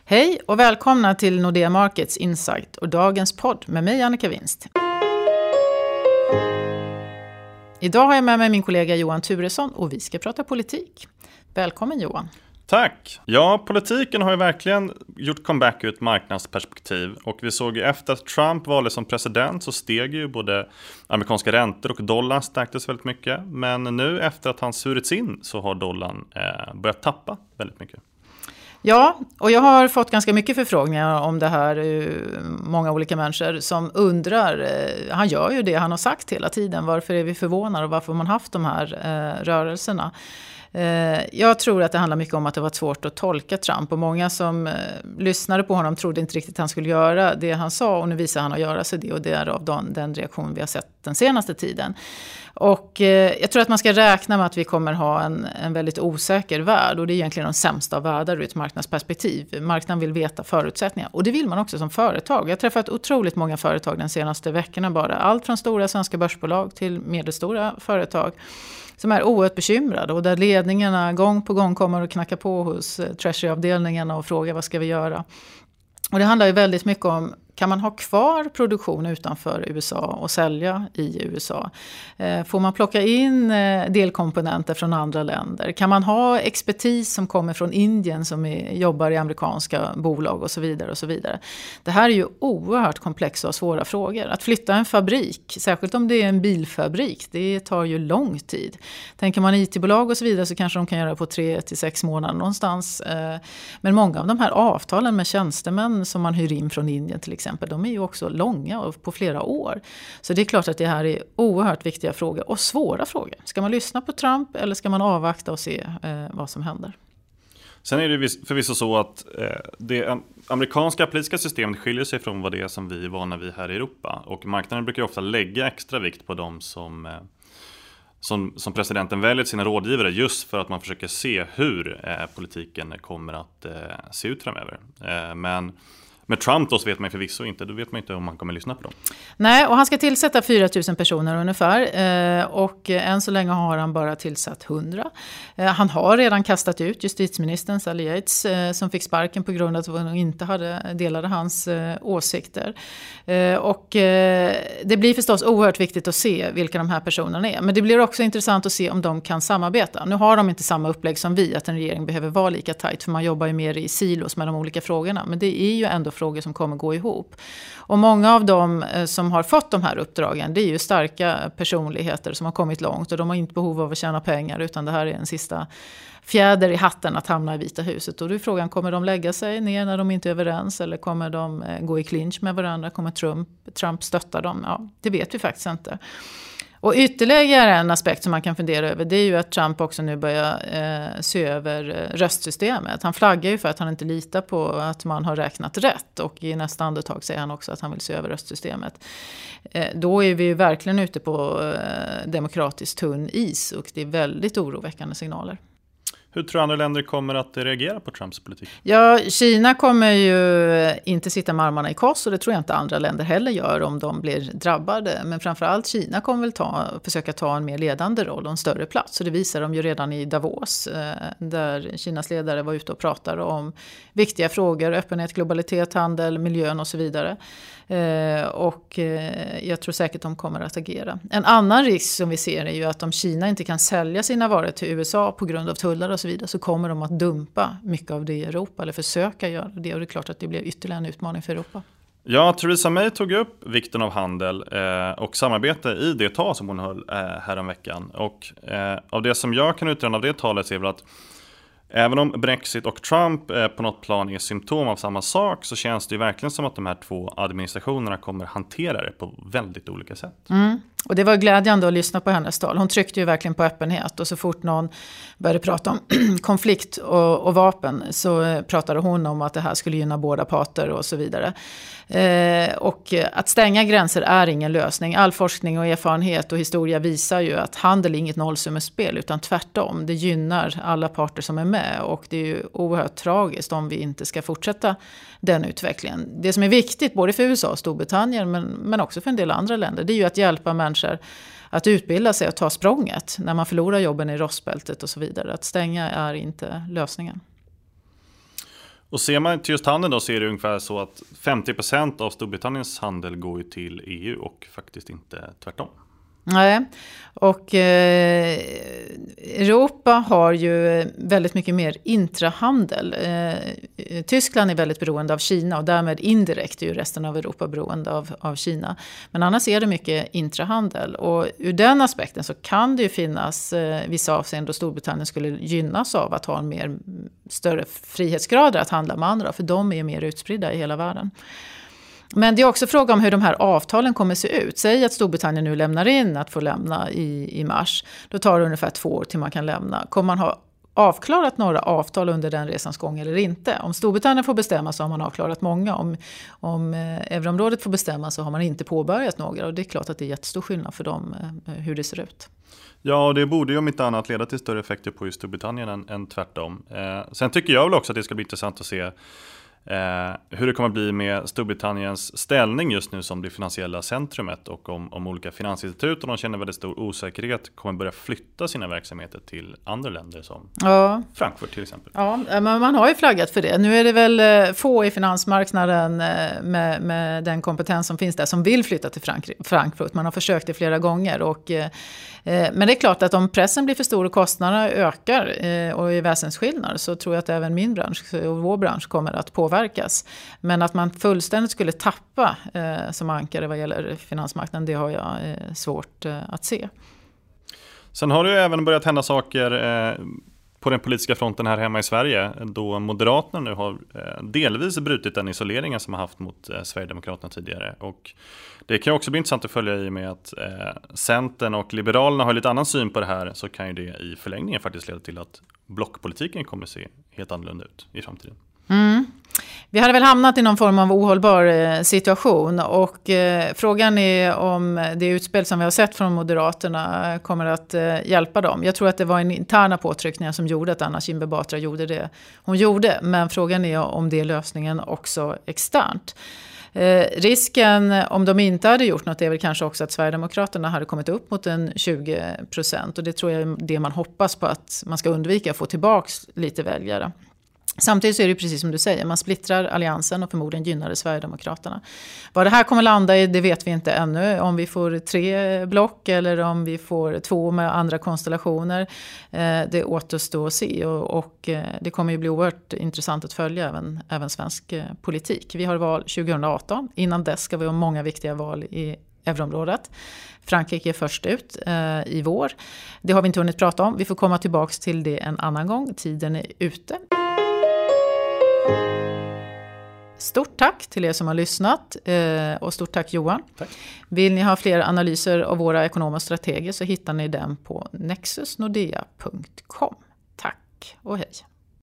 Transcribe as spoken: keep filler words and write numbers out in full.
Hej och välkomna till Nordea Markets Insight och dagens podd med mig Annika Winst. Idag har jag med mig min kollega Johan Turesson och vi ska prata politik. Välkommen Johan. Tack! Ja, politiken har ju verkligen gjort comeback ur ett marknadsperspektiv. Och vi såg ju efter att Trump valdes som president så steg ju både amerikanska räntor och dollarn stärktes väldigt mycket. Men nu efter att han surits in så har dollarn eh, börjat tappa väldigt mycket. Ja, och jag har fått ganska mycket förfrågningar om det här. Många olika människor som undrar, han gör ju det han har sagt hela tiden. Varför är vi förvånade och varför har man haft de här eh, rörelserna? Jag tror att det handlar mycket om att det var svårt att tolka Trump och många som eh, lyssnade på honom trodde inte riktigt att han skulle göra det han sa och nu visar han att göra sig det och det är av den, den reaktion vi har sett den senaste tiden. Och eh, jag tror att man ska räkna med att vi kommer ha en, en väldigt osäker värld och det är egentligen de sämsta av världar ur ett marknadsperspektiv. Marknaden vill veta förutsättningar och det vill man också som företag. Jag har träffat otroligt många företag den senaste veckorna bara. Allt från stora svenska börsbolag till medelstora företag som är oerhört bekymrade och där ledningarna gång på gång kommer och knackar på hos Treasury-avdelningarna och frågar vad ska vi göra. Och det handlar ju väldigt mycket om, kan man ha kvar produktion utanför U S A och sälja i U S A? Får man plocka in delkomponenter från andra länder? Kan man ha expertis som kommer från Indien som är, jobbar i amerikanska bolag och så vidare och så vidare? Det här är ju oerhört komplexa och svåra frågor. Att flytta en fabrik, särskilt om det är en bilfabrik, det tar ju lång tid. Tänker man I T-bolag och så vidare så kanske de kan göra det på tre till sex månader någonstans. Men många av de här avtalen med tjänstemän som man hyr in från Indien till exempel, de är ju också långa och på flera år. Så det är klart att det här är oerhört viktiga frågor och svåra frågor. Ska man lyssna på Trump eller ska man avvakta och se eh, vad som händer? Sen är det förvisso så att eh, det amerikanska politiska systemet skiljer sig från vad det är som vi är vana vid här i Europa. Och marknaden brukar ofta lägga extra vikt på dem som... Eh, Som, som presidenten väljer sina rådgivare just för att man försöker se hur eh, politiken kommer att eh, se ut framöver. Eh, men med Trump då så vet man förvisso inte, då vet man inte om man kommer lyssna på dem. Nej, och han ska tillsätta fyra tusen personer ungefär eh, och än så länge har han bara tillsatt hundra. Eh, han har redan kastat ut justitieministern Sally Yates eh, som fick sparken på grund av att hon inte hade, delade hans eh, åsikter. Eh, och eh, det blir förstås oerhört viktigt att se vilka de här personerna är. Men det blir också intressant att se om de kan samarbeta. Nu har de inte samma upplägg som vi, att en regering behöver vara lika tajt för man jobbar ju mer i silos med de olika frågorna. Men det är ju ändå frågor som kommer gå ihop. Och många av dem som har fått de här uppdragen, det är ju starka personligheter som har kommit långt och de har inte behov av att tjäna pengar utan det här är en sista fjäder i hatten att hamna i Vita huset. Och då är frågan, kommer de lägga sig ner när de inte är överens eller kommer de gå i clinch med varandra? Kommer Trump, Trump stötta dem? Ja, det vet vi faktiskt inte. Och ytterligare en aspekt som man kan fundera över, det är ju att Trump också nu börjar eh, se över röstsystemet. Han flaggar ju för att han inte litar på att man har räknat rätt och i nästa andetag säger han också att han vill se över röstsystemet. Eh, då är vi ju verkligen ute på eh, demokratiskt tunn is och det är väldigt oroväckande signaler. Hur tror andra länder kommer att reagera på Trumps politik? Ja, Kina kommer ju inte sitta med armarna i kors och det tror jag inte andra länder heller gör om de blir drabbade. Men framförallt Kina kommer väl ta, försöka ta en mer ledande roll och en större plats. Så det visar de ju redan i Davos där Kinas ledare var ute och pratade om viktiga frågor, öppenhet, globalitet, handel, miljön och så vidare. Och jag tror säkert de kommer att agera. En annan risk som vi ser är ju att om Kina inte kan sälja sina varor till U S A på grund av tullar och så vidare så kommer de att dumpa mycket av det i Europa eller försöka göra det och det är klart att det blir ytterligare en utmaning för Europa. Ja, Theresa May tog upp vikten av handel eh, och samarbete i det tal som hon höll eh, häromveckan. Och eh, av det som jag kan utröna av det talet är väl att även om Brexit och Trump eh, på något plan är symptom av samma sak så känns det ju verkligen som att de här två administrationerna kommer hantera det på väldigt olika sätt. Mm. Och det var glädjande att lyssna på hennes tal. Hon tryckte ju verkligen på öppenhet och så fort någon började prata om konflikt och, och vapen så pratade hon om att det här skulle gynna båda parter och så vidare. Eh, och att stänga gränser är ingen lösning. All forskning och erfarenhet och historia visar ju att handel är inget nollsummespel utan tvärtom. Det gynnar alla parter som är med och det är ju oerhört tragiskt om vi inte ska fortsätta den utvecklingen. Det som är viktigt både för U S A och Storbritannien men, men också för en del andra länder det är ju att hjälpa människor att utbilda sig och ta språnget när man förlorar jobben i rostbältet och så vidare. Att stänga är inte lösningen. Och ser man till just handeln då, så är det ungefär så att femtio procent av Storbritanniens handel går ju till E U och faktiskt inte tvärtom. Nej, och eh, Europa har ju väldigt mycket mer intrahandel. Eh, Tyskland är väldigt beroende av Kina och därmed indirekt är ju resten av Europa beroende av, av Kina. Men annars är det mycket intrahandel och ur den aspekten så kan det ju finnas eh, vissa avseenden då Storbritannien skulle gynnas av att ha en mer större frihetsgrader att handla med andra, för de är mer utspridda i hela världen. Men det är också fråga om hur de här avtalen kommer se ut. Säg att Storbritannien nu lämnar in att få lämna i, i mars. Då tar det ungefär två år till man kan lämna. Kommer man ha avklarat några avtal under den resans gång eller inte? Om Storbritannien får bestämma så har man avklarat många. Om, om eh, euroområdet får bestämma så har man inte påbörjat några. Och det är klart att det är jättestor skillnad för dem eh, hur det ser ut. Ja, det borde ju om inte annat leda till större effekter på just Storbritannien än, än tvärtom. Eh, sen tycker jag väl också att det ska bli intressant att se Eh, hur det kommer att bli med Storbritanniens ställning just nu som det finansiella centrumet och om, om olika finansinstitut och de känner väldigt stor osäkerhet kommer börja flytta sina verksamheter till andra länder som ja. Frankfurt till exempel. Ja, men man har ju flaggat för det. Nu är det väl få i finansmarknaden med, med den kompetens som finns där som vill flytta till Frank- Frankfurt. Man har försökt det flera gånger och eh, men det är klart att om pressen blir för stor och kostnaderna ökar eh, och är väsensskillnader så tror jag att även min bransch och vår bransch kommer att påverkas. Men att man fullständigt skulle tappa eh, som ankare vad gäller finansmarknaden, det har jag eh, svårt eh, att se. Sen har det ju även börjat hända saker eh, på den politiska fronten här hemma i Sverige då Moderaterna nu har eh, delvis brutit den isoleringen som har haft mot eh, Sverigedemokraterna tidigare. Och det kan ju också bli intressant att följa i med att eh, Centern och Liberalerna har lite annan syn på det här, så kan ju det i förlängningen faktiskt leda till att blockpolitiken kommer se helt annorlunda ut i framtiden. Mm. Vi hade väl hamnat i någon form av ohållbar eh, situation och eh, frågan är om det utspel som vi har sett från Moderaterna kommer att eh, hjälpa dem. Jag tror att det var en interna påtryckning som gjorde att Anna Kinberg Batra gjorde det hon gjorde, men frågan är om det är lösningen också externt. Eh, risken om de inte hade gjort något är väl kanske också att Sverigedemokraterna hade kommit upp mot en tjugo procent och det tror jag är det man hoppas på att man ska undvika, få tillbaka lite väljare. Samtidigt så är det precis som du säger, man splittrar alliansen och förmodligen gynnar det Sverigedemokraterna. Vad det här kommer landa i, det vet vi inte ännu. Om vi får tre block eller om vi får två med andra konstellationer, eh, det återstår att se. Och, och eh, det kommer ju bli oerhört intressant att följa även, även svensk eh, politik. Vi har val tjugo arton, innan dess ska vi ha många viktiga val i euroområdet. Frankrike är först ut eh, i vår. Det har vi inte hunnit prata om. Vi får komma tillbaka till det en annan gång. Tiden är ute. Stort tack till er som har lyssnat och stort tack Johan. Tack. Vill ni ha fler analyser av våra ekonomer och strateger så hittar ni den på nexus nordea punkt com. Tack och hej.